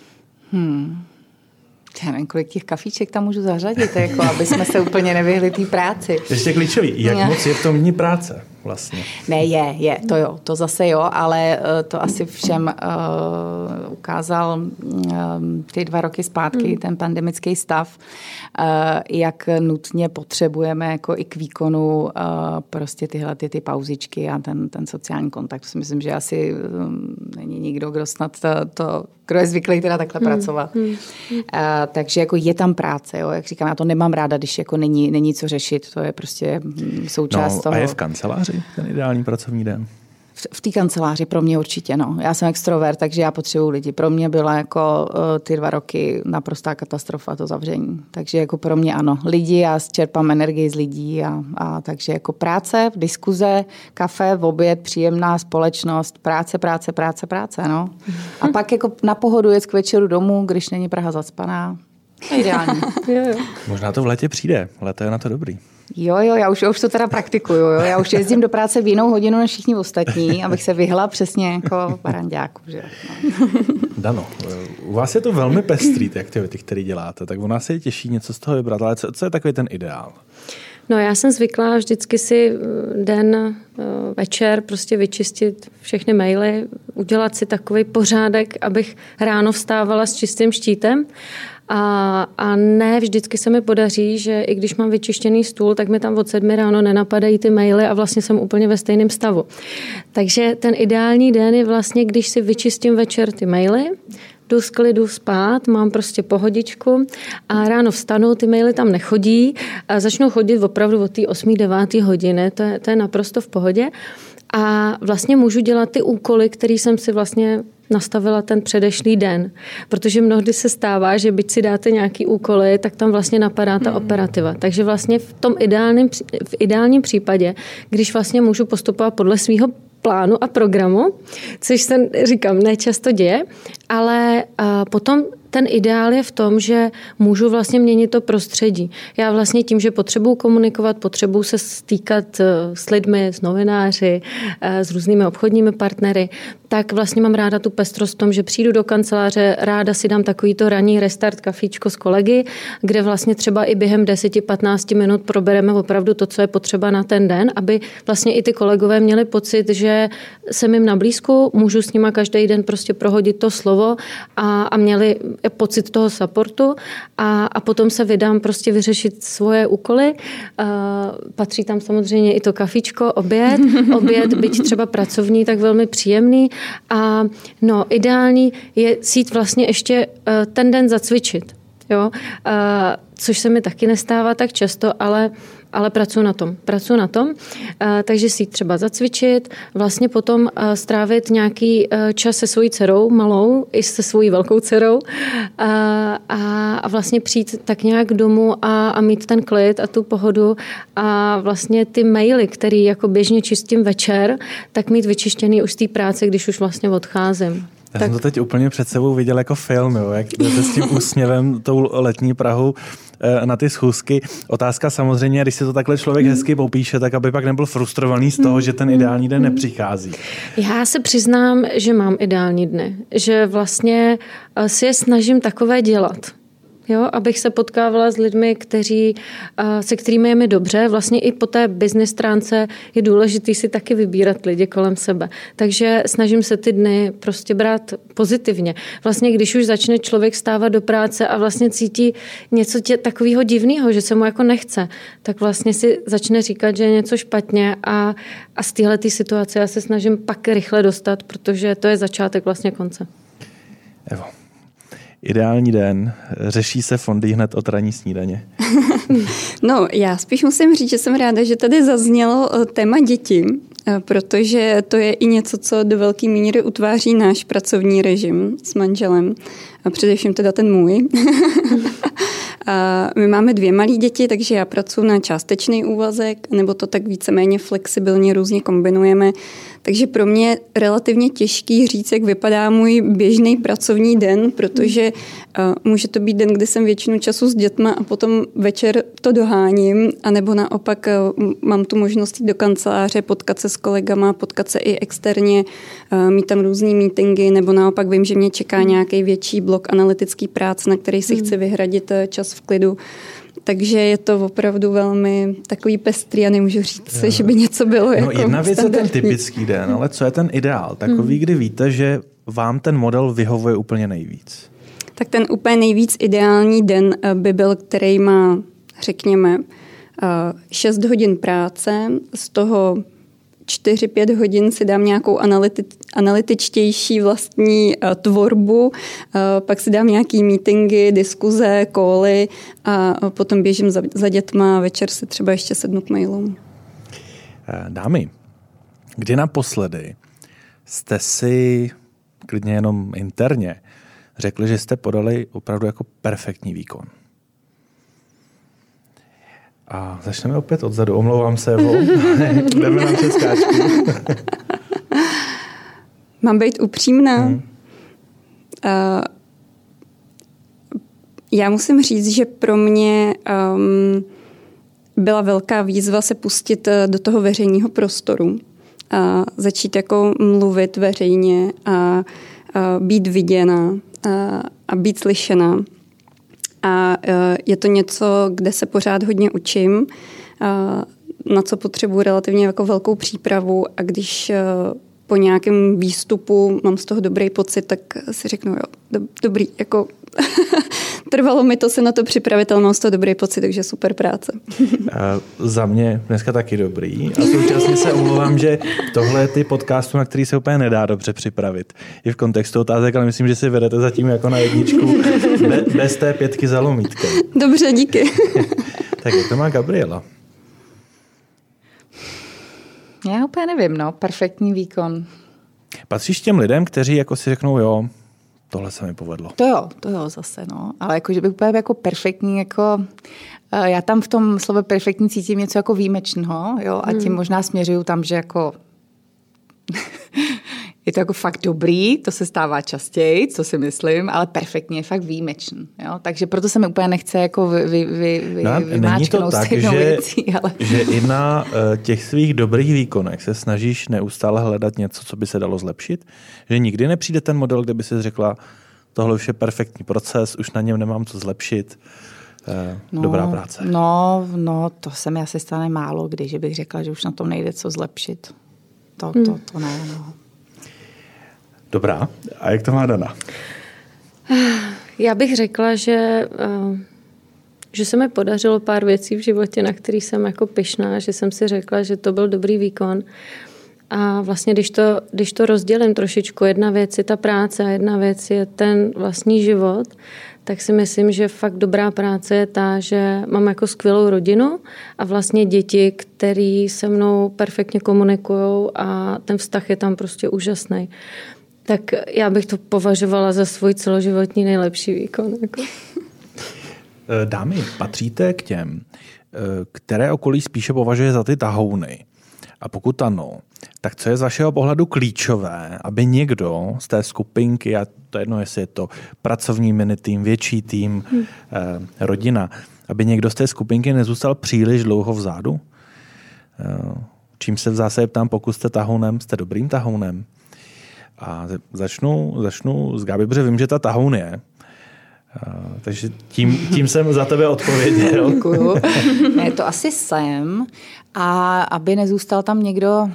Já nevím, kolik těch kafíček tam můžu zařadit, jako, aby jsme se úplně nevyhli té práci. Ještě klíčový, jak moc je v tom dní práce vlastně? Ne, je, to jo, to zase jo, ale to asi všem ukázal ty 2 roky zpátky, ten pandemický stav, jak nutně potřebujeme jako i k výkonu prostě tyhle ty pauzičky a ten sociální kontakt. Myslím, že asi není nikdo, kdo snad kdo je zvyklý teda takhle pracovat. Takže jako je tam práce, jo. Jak říkám, já to nemám ráda, když jako není co řešit, to je prostě součást toho. A je v kanceláři ten ideální pracovní den? V té kanceláři pro mě určitě, no. Já jsem extrovert, takže já potřebuji lidi. Pro mě byla jako ty 2 roky naprostá katastrofa to zavření. Takže jako pro mě ano, lidi, já čerpám energii z lidí a takže jako práce, diskuze, kafe, oběd, příjemná společnost, práce, no. A pak jako na pohodu jet k večeru domů, když není Praha zacpaná. Ideální. Možná to v létě přijde, léto je na to dobrý. Jo, já už to teda praktikuju. Jo. Já už jezdím do práce v jinou hodinu než všichni ostatní, abych se vyhla přesně jako paranďáku. Že? No. Dano, u vás je to velmi pestrý, ty aktivity, které děláte, tak u nás je těžší něco z toho vybrat, ale co je takový ten ideál? No já jsem zvyklá vždycky si den, večer prostě vyčistit všechny maily, udělat si takový pořádek, abych ráno vstávala s čistým štítem. A ne vždycky se mi podaří, že i když mám vyčištěný stůl, tak mi tam od 7 ráno nenapadají ty maily a vlastně jsem úplně ve stejném stavu. Takže ten ideální den je vlastně, když si vyčistím večer ty maily, jdu z klidu spát, mám prostě pohodičku a ráno vstanu, ty maily tam nechodí a začnou chodit opravdu od té 8-9 hodiny, to je naprosto v pohodě. A vlastně můžu dělat ty úkoly, které jsem si vlastně nastavila ten předešlý den. Protože mnohdy se stává, že byť si dáte nějaký úkoly, tak tam vlastně napadá ta operativa. Takže vlastně v ideálním případě, když vlastně můžu postupovat podle svého plánu a programu, což se říkám, nečasto děje, ale potom ten ideál je v tom, že můžu vlastně měnit to prostředí. Já vlastně tím, že potřebuji komunikovat, potřebuji se stýkat s lidmi, s novináři, s různými obchodními partnery, tak vlastně mám ráda tu pestrost v tom, že přijdu do kanceláře, ráda si dám takovýto ranní restart kafíčko s kolegy, kde vlastně třeba i během 10-15 minut probereme opravdu to, co je potřeba na ten den, aby vlastně i ty kolegové měli pocit, že jsem jim na blízku, můžu s nima každý den prostě prohodit to slovo a měli pocit toho supportu a potom se vydám prostě vyřešit svoje úkoly. Patří tam samozřejmě i to kafíčko, oběd, byť třeba pracovní, tak velmi příjemný. A no, ideální je jít vlastně ještě ten den zacvičit. Jo? Což se mi taky nestává tak často, ale pracuji na tom. Takže si třeba zacvičit, vlastně potom strávit nějaký čas se svojí dcerou malou, i se svojí velkou dcerou a vlastně přijít tak nějak domů a mít ten klid a tu pohodu a vlastně ty maily, který jako běžně čistím večer, tak mít vyčištěný už z té práce, když už vlastně odcházím. Já jsem to teď úplně před sebou viděl jako film, jo, jak jdete s tím úsměvem tou letní Prahu na ty schůzky. Otázka samozřejmě, když si to takhle člověk hezky popíše, tak aby pak nebyl frustrovaný z toho, že ten ideální den nepřichází. Já se přiznám, že mám ideální dny, že vlastně si je snažím takové dělat. Jo, abych se potkávala s lidmi, se kterými je mi dobře. Vlastně i po té business stránce je důležité si taky vybírat lidi kolem sebe. Takže snažím se ty dny prostě brát pozitivně. Vlastně když už začne člověk stávat do práce a vlastně cítí něco takového divného, že se mu jako nechce, tak vlastně si začne říkat, že je něco špatně a z téhletý situace já se snažím pak rychle dostat, protože to je začátek vlastně konce. Evo. Ideální den. Řeší se fondy hned od ranní snídaně? No, já spíš musím říct, že jsem ráda, že tady zaznělo téma děti, protože to je i něco, co do velké míry utváří náš pracovní režim s manželem. A především teda ten můj. A my máme 2 malé děti, takže já pracuji na částečný úvazek, nebo to tak víceméně flexibilně různě kombinujeme. Takže pro mě je relativně těžký říct, jak vypadá můj běžný pracovní den, protože může to být den, kdy jsem většinu času s dětma a potom večer to doháním, anebo naopak mám tu možnost jít do kanceláře, potkat se s kolegama, potkat se i externě, mít tam různý meetingy, nebo naopak vím, že mě čeká nějaký větší blok analytický práce, na který si chci vyhradit čas v klidu. Takže je to opravdu velmi takový pestrý a nemůžu říct, že by něco bylo jako jedna věc standardní. je ten typický den, ale co je ten ideál? Takový, kdy víte, že vám ten model vyhovuje úplně nejvíc. Tak ten úplně nejvíc ideální den by byl, který má, řekněme, 6 hodin práce, z toho 4-5 hodin si dám nějakou analytičtější vlastní tvorbu, pak si dám nějaký meetingy, diskuze, cally a potom běžím za dětma a večer si třeba ještě sednu k mailům. Dámy, kdy naposledy jste si, klidně jenom interně, řekli, že jste podali opravdu jako perfektní výkon? A začneme opět odzadu. Omlouvám se, Evo. Jdeme na přeskáčku. Mám být upřímná? Já musím říct, že pro mě byla velká výzva se pustit do toho veřejného prostoru a začít jako mluvit veřejně a být viděna a být slyšena. A je to něco, kde se pořád hodně učím, na co potřebuji relativně jako velkou přípravu a když po nějakém výstupu mám z toho dobrý pocit, tak si řeknu, jo, dobrý, jako trvalo mi to se na to připravit, ale mám z toho dobrý pocit, takže super práce. Za mě dneska taky dobrý a současně se omlouvám, že tohle je ty podcastů, na který se úplně nedá dobře připravit. I v kontextu otázek, ale myslím, že si vedete zatím jako na jedničku bez té 5 za lomítkem. Dobře, díky. Tak jak to má Gabriela? Já úplně nevím, perfektní výkon. Patříš těm lidem, kteří jako si řeknou, jo, tohle se mi povedlo. To jo, zase, ale jako, že bych úplně jako perfektní, jako já tam v tom slovu perfektní cítím něco jako výjimečného, jo, a tím možná směřuju tam, že jako je to jako fakt dobrý, to se stává častěji, co si myslím, ale perfektně je fakt výjimečný, jo, takže proto se mi úplně nechce jako vymáčknout z těch věcí, ale... že i na těch svých dobrých výkonech se snažíš neustále hledat něco, co by se dalo zlepšit, že nikdy nepřijde ten model, kde by si řekla, tohle už je perfektní proces, už na něm nemám co zlepšit, dobrá práce. No, to se mi asi stane málo kdy, že bych řekla, že už na tom nejde co zlepšit. To ne, Dobrá. A jak to má Dana? Já bych řekla, že se mi podařilo pár věcí v životě, na který jsem jako pyšná, že jsem si řekla, že to byl dobrý výkon. A vlastně, když to rozdělím trošičku, jedna věc je ta práce a jedna věc je ten vlastní život, tak si myslím, že fakt dobrá práce je ta, že mám jako skvělou rodinu a vlastně děti, který se mnou perfektně komunikujou a ten vztah je tam prostě úžasný. Tak já bych to považovala za svůj celoživotní nejlepší výkon. Jako. Dámy, patříte k těm, které okolí spíše považuje za ty tahouny? A pokud ano, tak co je z vašeho pohledu klíčové, aby někdo z té skupinky, a to jedno, jestli je to pracovní minitým, větší tým, rodina, aby někdo z té skupinky nezůstal příliš dlouho vzadu? Čím se v zásadě ptám, pokud jste tahounem, jste dobrým tahounem? A začnu s Gabi, protože vím, že ta tahoun je. Takže tím jsem za tebe odpověděl. Děkuju. Ne, to asi jsem. A aby nezůstal tam někdo...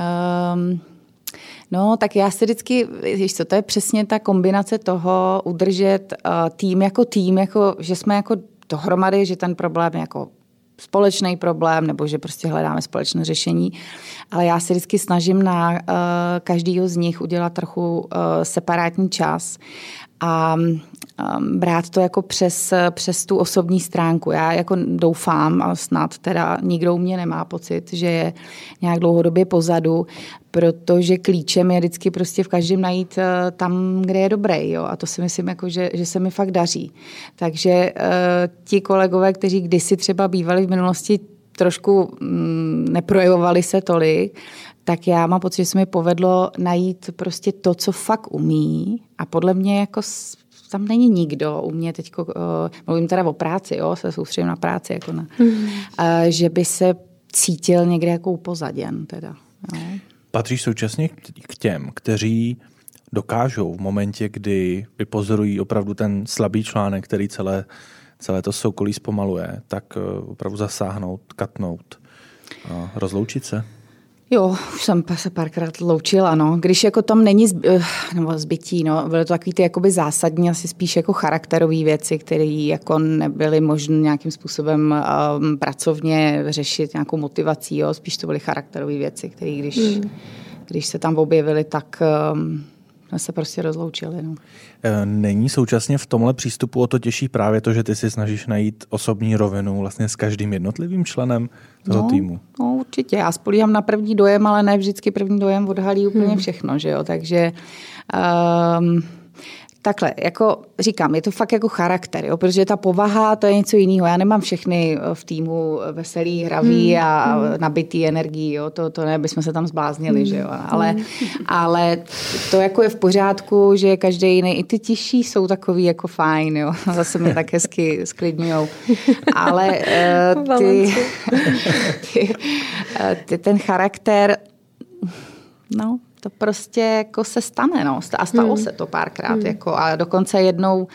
tak já si vždycky, víš co, to je přesně ta kombinace toho udržet tým, jako, že jsme jako dohromady, že ten problém je jako společný problém, nebo že prostě hledáme společné řešení. Ale já se vždycky snažím na každýho z nich udělat trochu separátní čas a brát to jako přes tu osobní stránku. Já jako doufám a snad teda nikdo u mě nemá pocit, že je nějak dlouhodobě pozadu, protože klíčem je vždycky prostě v každém najít tam, kde je dobrý. Jo? A to si myslím, jako, že se mi fakt daří. Takže ti kolegové, kteří kdysi třeba bývali v minulosti trošku neprojevovali se tolik, tak já mám pocit, že se mi povedlo najít prostě to, co fakt umí. A podle mě jako tam není nikdo u mě teďko, mluvím teda o práci, jo, se soustředím na práci, jako že by se cítil někde jako upozaděn. Teda, jo. Patříš současně k těm, kteří dokážou v momentě, kdy vypozorují opravdu ten slabý článek, který celé to soukolí zpomaluje, tak opravdu zasáhnout, katnout, rozloučit se? Jo, už jsem se párkrát loučila, no. Když jako tam není zbytí, byly to takový ty jakoby zásadní, asi spíš jako charakterové věci, které jako nebyly možné nějakým způsobem pracovně řešit nějakou motivací, jo. Spíš to byly charakterové věci, které když se tam objevily, tak jsme se prostě rozloučili. No. Není současně v tomhle přístupu o to těžší právě to, že ty si snažíš najít osobní rovinu vlastně s každým jednotlivým členem toho týmu? No, určitě. Já spolíhám na první dojem, ale ne vždycky první dojem odhalí úplně všechno, že jo. Takže takhle, jako říkám, je to fakt jako charakter, jo, protože ta povaha, to je něco jiného. Já nemám všechny v týmu veselý, hraví a nabitý energií, jo, to ne, bychom se tam zbláznili, že jo, ale to jako je v pořádku, že každý jiný, i ty tižší jsou takový jako fajn, jo, zase mě tak hezky sklidňujou, ale ten charakter, no, to prostě jako se stane, no. A stalo se to párkrát. Jako, a dokonce jednou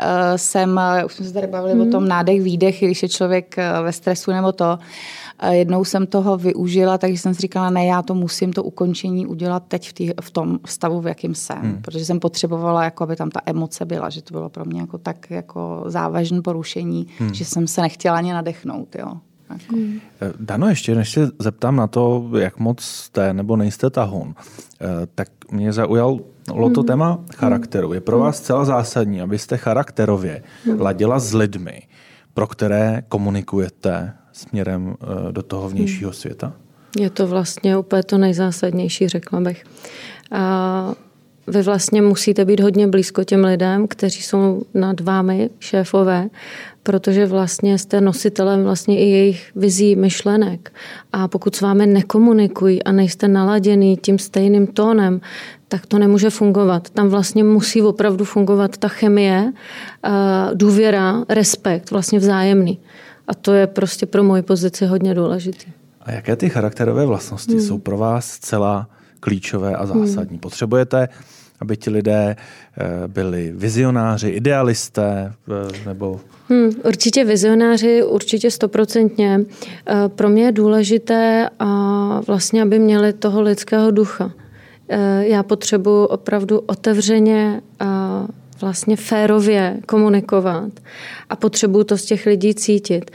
už jsme se tady bavili o tom nádech, výdech, když je člověk ve stresu nebo to. Jednou jsem toho využila, takže jsem si říkala, ne, já to musím to ukončení udělat teď v tom stavu, v jakým jsem. Protože jsem potřebovala, jako, aby tam ta emoce byla, že to bylo pro mě jako tak jako závažné porušení, že jsem se nechtěla ani nadechnout, jo. Jako. Dano, ještě než se zeptám na to, jak moc jste nebo nejste tahoun, tak mě zaujalo to téma charakteru. Je pro vás zcela zásadní, abyste charakterově ladila s lidmi, pro které komunikujete směrem do toho vnějšího světa? Je to vlastně úplně to nejzásadnější, řekla bych. A vy vlastně musíte být hodně blízko těm lidem, kteří jsou nad vámi, šéfové, protože vlastně jste nositelem vlastně i jejich vizí, myšlenek. A pokud s vámi nekomunikují a nejste naladěný tím stejným tónem, tak to nemůže fungovat. Tam vlastně musí opravdu fungovat ta chemie, důvěra, respekt, vlastně vzájemný. A to je prostě pro moji pozici hodně důležitý. A jaké ty charakterové vlastnosti jsou pro vás zcela klíčové a zásadní? Potřebujete, aby ti lidé byli vizionáři, idealisté nebo... Určitě vizionáři, určitě 100%. Pro mě je důležité, vlastně, aby měli toho lidského ducha. Já potřebuji opravdu otevřeně vlastně férově komunikovat a potřebuji to z těch lidí cítit.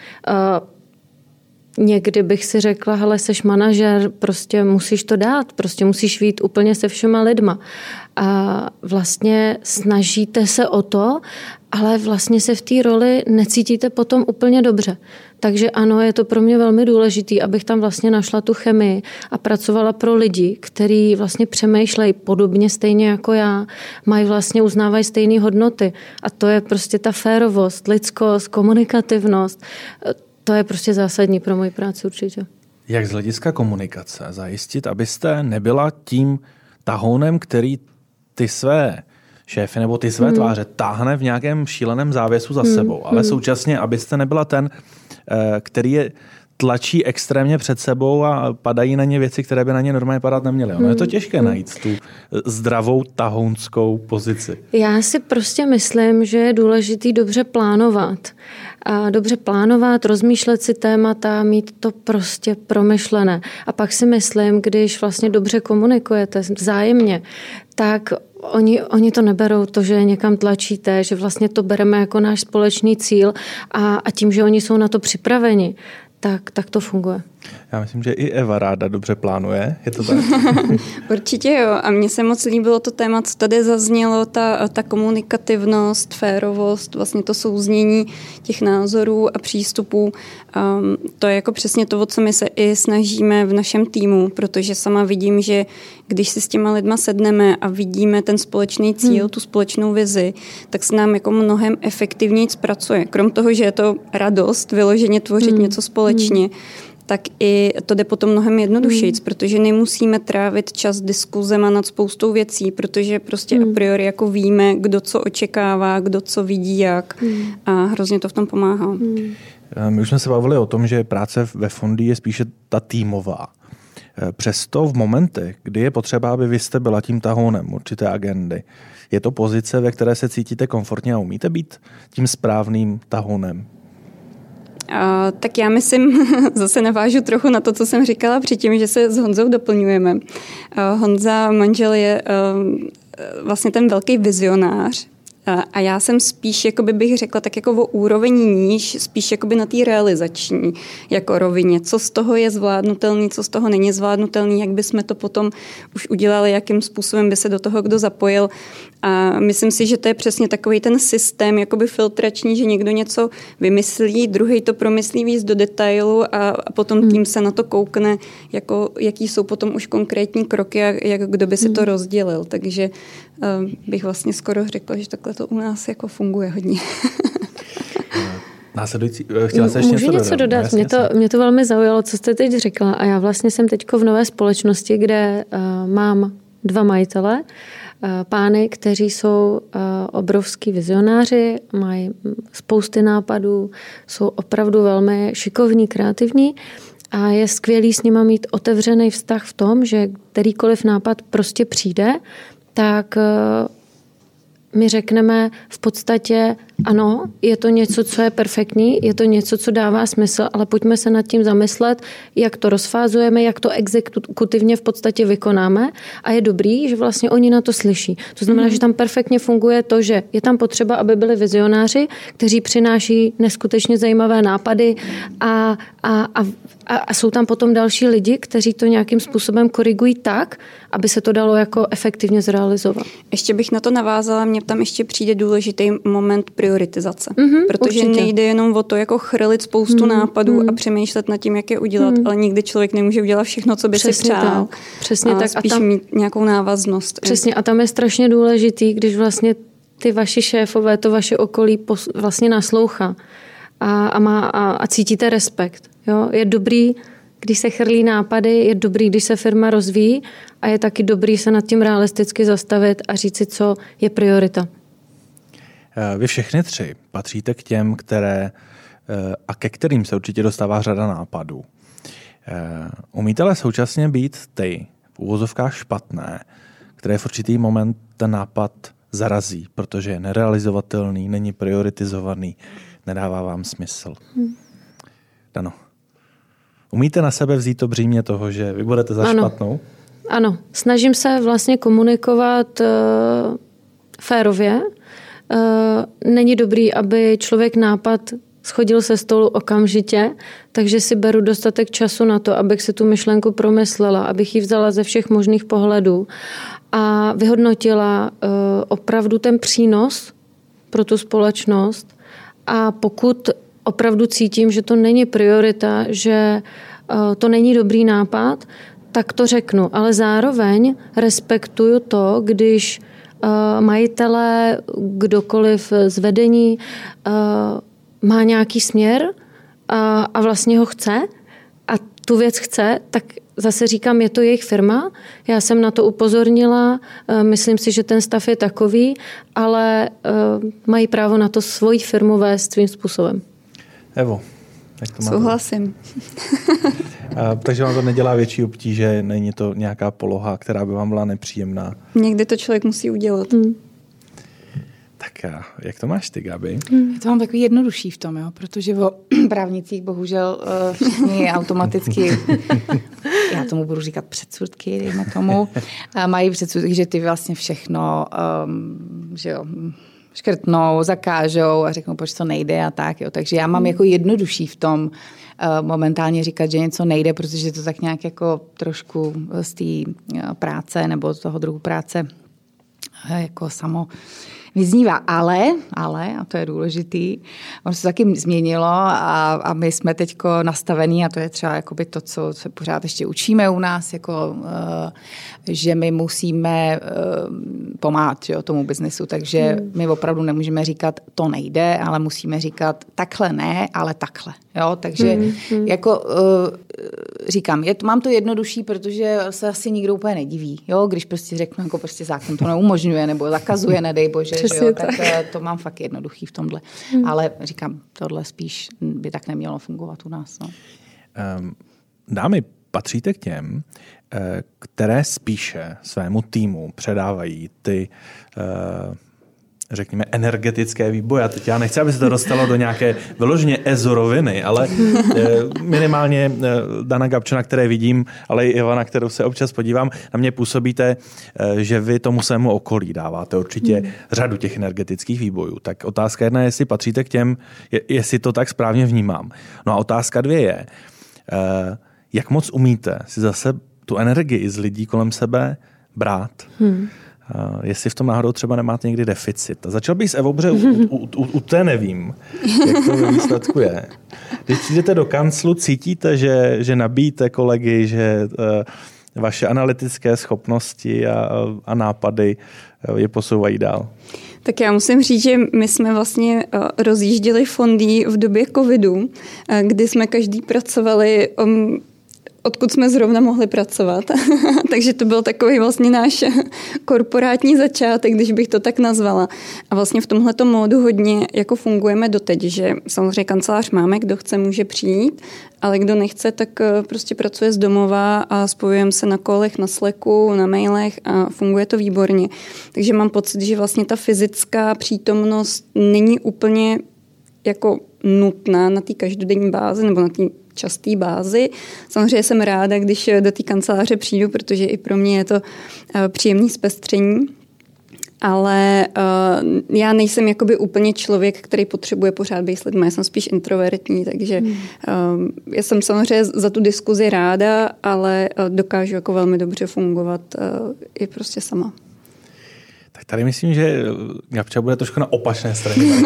Někdy bych si řekla, hele, seš manažer, prostě musíš to dát, prostě musíš vyjít úplně se všema lidma. A vlastně snažíte se o to, ale vlastně se v té roli necítíte potom úplně dobře. Takže ano, je to pro mě velmi důležité, abych tam vlastně našla tu chemii a pracovala pro lidi, kteří vlastně přemýšlejí podobně stejně jako já, uznávají stejné hodnoty. A to je prostě ta férovost, lidskost, komunikativnost. To je prostě zásadní pro moji práci určitě. Jak z hlediska komunikace zajistit, abyste nebyla tím tahounem, který ty své šéfy nebo ty své tváře táhne v nějakém šíleném závěsu za sebou, ale současně, abyste nebyla ten, který je tlačí extrémně před sebou a padají na ně věci, které by na ně normálně padat neměly. Ono je to těžké najít tu zdravou tahounskou pozici. Já si prostě myslím, že je důležitý dobře plánovat. A dobře plánovat, rozmýšlet si témata, mít to prostě promyšlené. A pak si myslím, když vlastně dobře komunikujete vzájemně, tak oni to neberou, to, že někam tlačíte, že vlastně to bereme jako náš společný cíl a tím, že oni jsou na to připraveni, tak to funguje. Já myslím, že i Eva ráda dobře plánuje. Je to tak? Určitě jo. A mně se moc líbilo to téma, co tady zaznělo, ta komunikativnost, férovost, vlastně to souznění těch názorů a přístupů. To je jako přesně to, o co my se i snažíme v našem týmu, protože sama vidím, že když si s těma lidma sedneme a vidíme ten společný cíl, tu společnou vizi, tak se nám jako mnohem efektivněji pracuje. Krom toho, že je to radost vyloženě tvořit něco společně, tak i to jde potom mnohem jednodušejc, protože nemusíme trávit čas diskuzema nad spoustou věcí, protože prostě a priori jako víme, kdo co očekává, kdo co vidí jak a hrozně to v tom pomáhá. My už jsme se bavili o tom, že práce ve fondu je spíše ta týmová. Přesto v momentech, kdy je potřeba, aby vy jste byla tím tahounem určité agendy, je to pozice, ve které se cítíte komfortně a umíte být tím správným tahounem? Tak já myslím, zase navážu trochu na to, co jsem říkala předtím, že se s Honzou doplňujeme. Honza, manžel, je vlastně ten velký vizionář, A já jsem spíš, jakoby bych řekla, tak jako o úroveň níž, spíš jakoby na té realizační jako rovině. Co z toho je zvládnutelný, co z toho není zvládnutelný, jak bychom to potom už udělali, jakým způsobem by se do toho kdo zapojil. A myslím si, že to je přesně takový ten systém jakoby filtrační, že někdo něco vymyslí, druhý to promyslí víc do detailu a potom tým se na to koukne, jako, jaký jsou potom už konkrétní kroky a jak kdo by si to rozdělil. Takže bych vlastně skoro řekla, že takhle to u nás jako funguje hodně. Následující, chtěla se ještě Můžu něco dodat? Mě to velmi zaujalo, co jste teď řekla. A já vlastně jsem teď v nové společnosti, kde mám 2 majitele, pány, kteří jsou obrovský vizionáři, mají spousty nápadů, jsou opravdu velmi šikovní, kreativní a je skvělý s nima mít otevřený vztah v tom, že kterýkoliv nápad prostě přijde, tak my řekneme v podstatě ano, je to něco, co je perfektní, je to něco, co dává smysl, ale pojďme se nad tím zamyslet, jak to rozfázujeme, jak to exekutivně v podstatě vykonáme a je dobrý, že vlastně oni na to slyší. To znamená, že tam perfektně funguje to, že je tam potřeba, aby byli vizionáři, kteří přináší neskutečně zajímavé nápady a jsou tam potom další lidi, kteří to nějakým způsobem korigují tak, aby se to dalo jako efektivně zrealizovat. Ještě bych na to navázala, mně tam ještě přijde důležitý moment prioritizace. Protože určitě. nejde jenom o to jako chrlit spoustu nápadů a přemýšlet nad tím, jak je udělat, ale nikdy člověk nemůže udělat všechno, co by si přál. Přesně tak. Spíš mít nějakou návaznost. Přesně a tam je strašně důležitý, když vlastně ty vaši šéfové, to vaše okolí vlastně naslouchá a cítíte respekt. Jo? Je dobrý, když se chrlí nápady, je dobrý, když se firma rozvíjí a je taky dobrý se nad tím realisticky zastavit a říct si, co je priorita. Vy všechny 3 patříte k těm, ke kterým se určitě dostává řada nápadů. Umíte ale současně být ty v uvozovkách špatné, které v určitý moment ten nápad zarazí, protože je nerealizovatelný, není prioritizovaný, nedává vám smysl. Dano, umíte na sebe vzít to břímě toho, že vy budete za špatnou? Ano, snažím se vlastně komunikovat férově. Není dobrý, aby člověk nápad schodil se stolu okamžitě, takže si beru dostatek času na to, abych si tu myšlenku promyslela, abych ji vzala ze všech možných pohledů a vyhodnotila opravdu ten přínos pro tu společnost a pokud opravdu cítím, že to není priorita, že to není dobrý nápad, tak to řeknu, ale zároveň respektuju to, když majitelé, kdokoliv z vedení má nějaký směr a vlastně ho chce a tu věc chce, tak zase říkám, je to jejich firma, já jsem na to upozornila, myslím si, že ten stav je takový, ale mají právo na to svoji firmu vést svým způsobem. Evo, jak to máte? Souhlasím. Takže vám to nedělá větší obtíže, není to nějaká poloha, která by vám byla nepříjemná? Někdy to člověk musí udělat. Tak jak to máš ty, Gabi? Je to mám takový jednodušší v tom, jo? Protože o právnicích bohužel všichni automaticky, já tomu budu říkat předsudky, dejme tomu, mají předsudky, že ty vlastně všechno, že jo, škrtnou, zakážou a řeknou, proč to nejde a tak. Jo. Takže já mám jako jednodušší v tom momentálně říkat, že něco nejde, protože to tak nějak jako trošku z té práce nebo z toho druhu práce jako samo vyznívá. Ale, a to je důležitý, ono se taky změnilo a my jsme teď nastavení a to je třeba jakoby to, co se pořád ještě učíme u nás, jako, že my musíme pomáhat, jo, tomu biznesu, takže my opravdu nemůžeme říkat, to nejde, ale musíme říkat takhle ne, ale takhle. Jo? Takže jako říkám, mám to jednodušší, protože se asi nikdo úplně nediví. Jo? Když prostě řeknu, jako prostě zákon to neumožňuje nebo zakazuje, nedej bože, jo? Tak to mám fakt jednoduchý v tomhle. Ale říkám, tohle spíš by tak nemělo fungovat u nás. No. Dámy, patříte k těm, které spíše svému týmu předávají řekněme, energetické výboje. A teď já nechci, aby se to dostalo do nějaké vyloženě ezoroviny, ale minimálně Dana Gabčana, které vidím, ale i Ivana, kterou se občas podívám, na mě působíte, že vy tomu svému okolí dáváte určitě řadu těch energetických výbojů. Tak otázka jedna je, jestli patříte k těm, jestli to tak správně vnímám. No a otázka 2 je, jak moc umíte si zase tu energii z lidí kolem sebe brát? Jestli v tom náhodou třeba nemáte někdy deficit. A začal bych s Evou, protože u té nevím, jak to ve výsledku je. Když přijdete do kanclu, cítíte, že nabíjíte kolegy, že vaše analytické schopnosti a nápady je posouvají dál? Tak já musím říct, že my jsme vlastně rozjížděli fondy v době covidu, kdy jsme každý pracovali odkud jsme zrovna mohli pracovat. Takže to byl takový vlastně náš korporátní začátek, když bych to tak nazvala. A vlastně v tomhletom módu hodně jako fungujeme doteď, že samozřejmě kancelář máme, kdo chce, může přijít, ale kdo nechce, tak prostě pracuje z domova a spojujeme se na kolech, na Slacku, na mailech a funguje to výborně. Takže mám pocit, že vlastně ta fyzická přítomnost není úplně jako nutná na té každodenní bázi nebo na té časté bázi. Samozřejmě jsem ráda, když do té kanceláře přijdu, protože i pro mě je to příjemné zpestření. Ale já nejsem jakoby úplně člověk, který potřebuje pořád být s lidmi. Já jsem spíš introvertní, takže já jsem samozřejmě za tu diskuzi ráda, ale dokážu jako velmi dobře fungovat i prostě sama. Tak tady myslím, že Gabča bude trošku na opačné straně.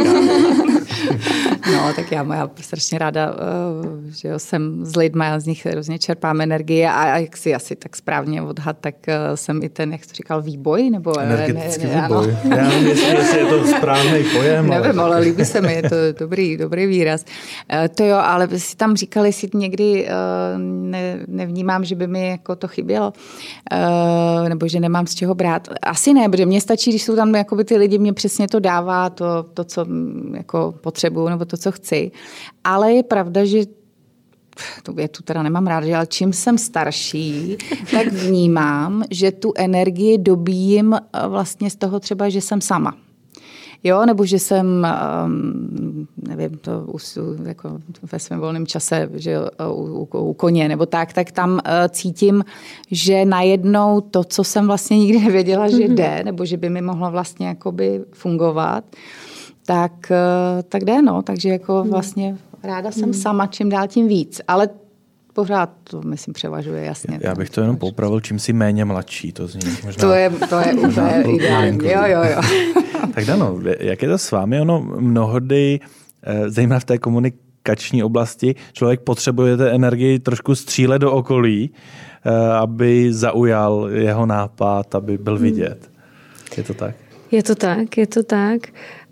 No, tak já strašně ráda, že jo, jsem s lidmi, já z nich hrozně čerpám energii a jak si asi tak správně odhad, tak jsem i ten, jak jsi říkal, výboj? Nebo energetický výboj. Já nevím, jestli je to správný pojem. Nevím, ale líbí se mi, je to dobrý výraz. To jo, ale si tam říkali, jestli někdy nevnímám, že by mi jako to chybělo, nebo že nemám z čeho brát. Asi ne, protože mně stačí, když jsou tam jakoby ty lidi, mě přesně to dává, to co jako potřebuju, nebo to, co chci. Ale je pravda, že tu větu teda nemám rád, ale čím jsem starší, tak vnímám, že tu energii dobíjím vlastně z toho třeba, že jsem sama. Jo, nebo že jsem, nevím, to jako ve svém volném čase, že u koně, nebo tak tam cítím, že najednou to, co jsem vlastně nikdy nevěděla, že jde, nebo že by mi mohlo vlastně jakoby fungovat, tak jde, no. Takže jako vlastně ráda jsem sama, čím dál tím víc. Ale pořád to, myslím, převažuje, jasně. Já bych to jenom poupravil, čím si méně mladší. To zní možná... To je úplně ideální. Jo. Tak Dano, jak je to s vámi? Ono mnohdy, zejména v té komunikační oblasti, člověk potřebuje té energii trošku střílet do okolí, aby zaujal jeho nápad, aby byl vidět. Je to tak? Je to tak.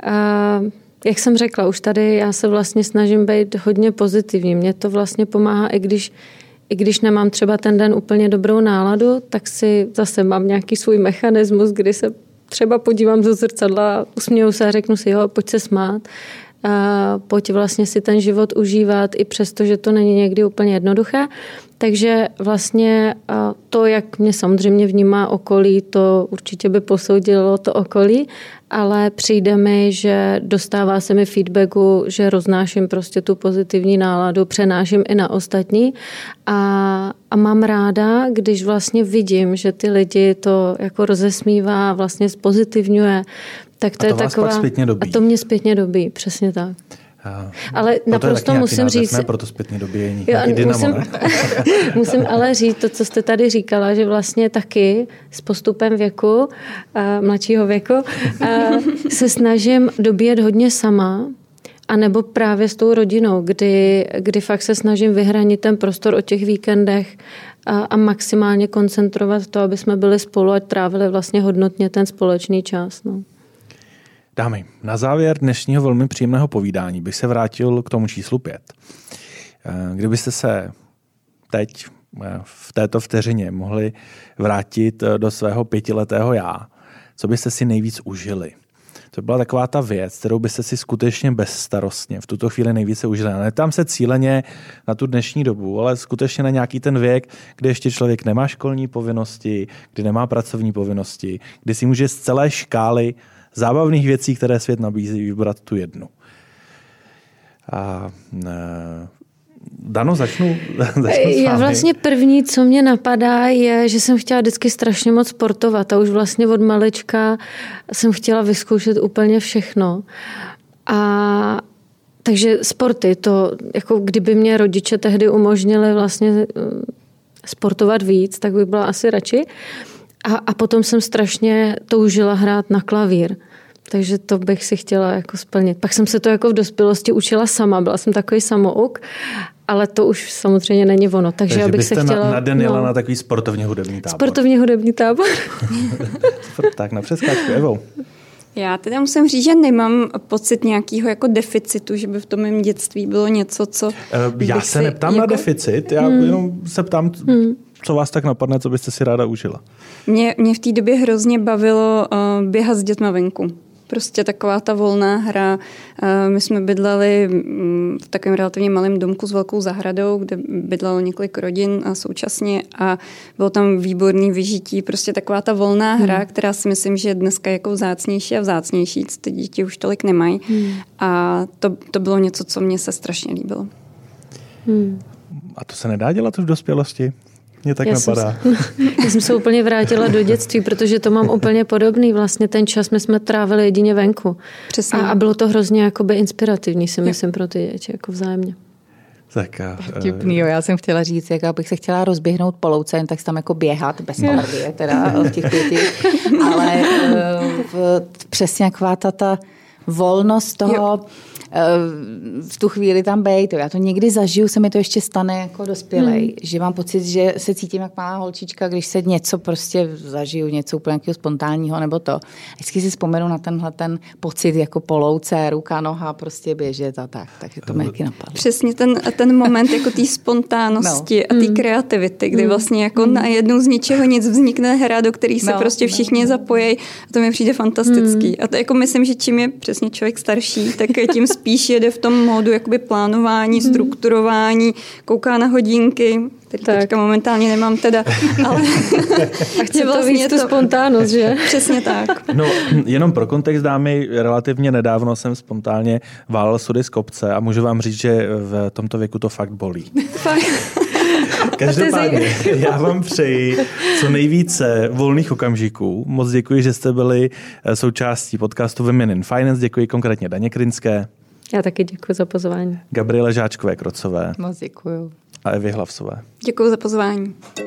Jak jsem řekla, už tady já se vlastně snažím být hodně pozitivní. Mně to vlastně pomáhá, i když nemám třeba ten den úplně dobrou náladu, tak si zase mám nějaký svůj mechanismus, kdy se třeba podívám do zrcadla, usměju se a řeknu si, jo, pojď se smát. Pojď vlastně si ten život užívat, i přesto, že to není někdy úplně jednoduché. Takže vlastně to, jak mě samozřejmě vnímá okolí, to určitě by posoudilo to okolí, ale přijde mi, že dostává se mi feedbacku, že roznáším prostě tu pozitivní náladu, přenáším i na ostatní a mám ráda, když vlastně vidím, že ty lidi to jako rozesmívá, vlastně zpozitivňuje, tak to je taková... A to mě zpětně dobí, přesně tak. Ale naprosto musím říct... Ne, proto zpětně dobíjení. Musím ale říct to, co jste tady říkala, že vlastně taky s postupem věku, mladšího věku, se snažím dobíjet hodně sama, a nebo právě s tou rodinou, kdy fakt se snažím vyhranit ten prostor o těch víkendech a maximálně koncentrovat to, aby jsme byli spolu a trávili vlastně hodnotně ten společný čas. No. Dámy, na závěr dnešního velmi příjemného povídání bych se vrátil k tomu číslu 5. Kdybyste se teď v této vteřině mohli vrátit do svého 5letého já, co byste si nejvíc užili? To byla taková ta věc, kterou byste si skutečně bezstarostně v tuto chvíli nejvíce užili. Netám se cíleně na tu dnešní dobu, ale skutečně na nějaký ten věk, kdy ještě člověk nemá školní povinnosti, kdy nemá pracovní povinnosti, kdy si může z celé škály zábavných věcí, které svět nabízí, vybrat tu jednu. A Dano, začnu Já vlastně první, co mě napadá, je, že jsem chtěla vždycky strašně moc sportovat a už vlastně od malička jsem chtěla vyzkoušet úplně všechno. A takže sporty, to jako kdyby mě rodiče tehdy umožnili vlastně sportovat víc, tak bych byla asi radši. A potom jsem strašně toužila hrát na klavír. Takže to bych si chtěla jako splnit. Pak jsem se to jako v dospělosti učila sama, byla jsem takový samouk, ale to už samozřejmě není ono. Takže abych se chtěla... na den jela na takový sportovně hudební tábor. Sportovně hudební tábor. Tak na přeskáčku, Evo. Já teda musím říct, že nemám pocit nějakého jako deficitu, že by v tom mém dětství bylo něco, co... Já se neptám jako... na deficit, já jenom se ptám, co vás tak napadne, co byste si ráda užila. Mě v té době hrozně bavilo běhat s dětma venku. Prostě taková ta volná hra. My jsme bydleli v takovém relativně malém domku s velkou zahradou, kde bydlelo několik rodin a současně a bylo tam výborný vyžití. Prostě taková ta volná hra, která si myslím, že dneska je jako vzácnější a vzácnější. Ty děti už tolik nemají. A to bylo něco, co mně se strašně líbilo. A to se nedá dělat už v dospělosti? Mě tak napadá. Já jsem se úplně vrátila do dětství, protože to mám úplně podobný. Vlastně ten čas my jsme trávili jedině venku. Přesně. A bylo to hrozně jakoby inspirativní, si myslím, pro ty děti, jako vzájemně. Vtipný, jo. Já jsem chtěla říct, jak bych se chtěla rozběhnout po louce, tak tam jako běhat, bez kardie, teda v těch 5. Ale přesně jaková ta volnost toho, v tu chvíli tam bejt. Já to někdy zažiju, se mi to ještě stane jako dospělej, že mám pocit, že se cítím jak malá holčička, když se něco prostě zažiju, něco úplně nějakého spontánního nebo to. Vždycky si vzpomenu na tenhle ten pocit jako po louce, ruka, noha, prostě běžet a tak. Takže to mi taky napadlo. Přesně ten moment jako té spontánnosti a té kreativity, kdy vlastně jako najednou z ničeho nic vznikne hra, do které se prostě všichni zapojí. A to mi přijde fantastický. A to jako myslím, že čím je přesně člověk starší, tak tím spíš jede v tom módu jakoby plánování, strukturování, kouká na hodinky, který teďka momentálně nemám teda, ale a chce to vlastně víc tu spontánnost, že? Přesně tak. No, jenom pro kontext, dámy, relativně nedávno jsem spontánně válel sudy z kopce a můžu vám říct, že v tomto věku to fakt bolí. Každopádně, já vám přeji co nejvíce volných okamžiků. Moc děkuji, že jste byli součástí podcastu Women in Finance. Děkuji konkrétně Daně Krynské. Já taky děkuji za pozvání. Gabriele Žáčkové-Krocové. Moc děkuju. A Evě Hlavsové. Děkuji za pozvání.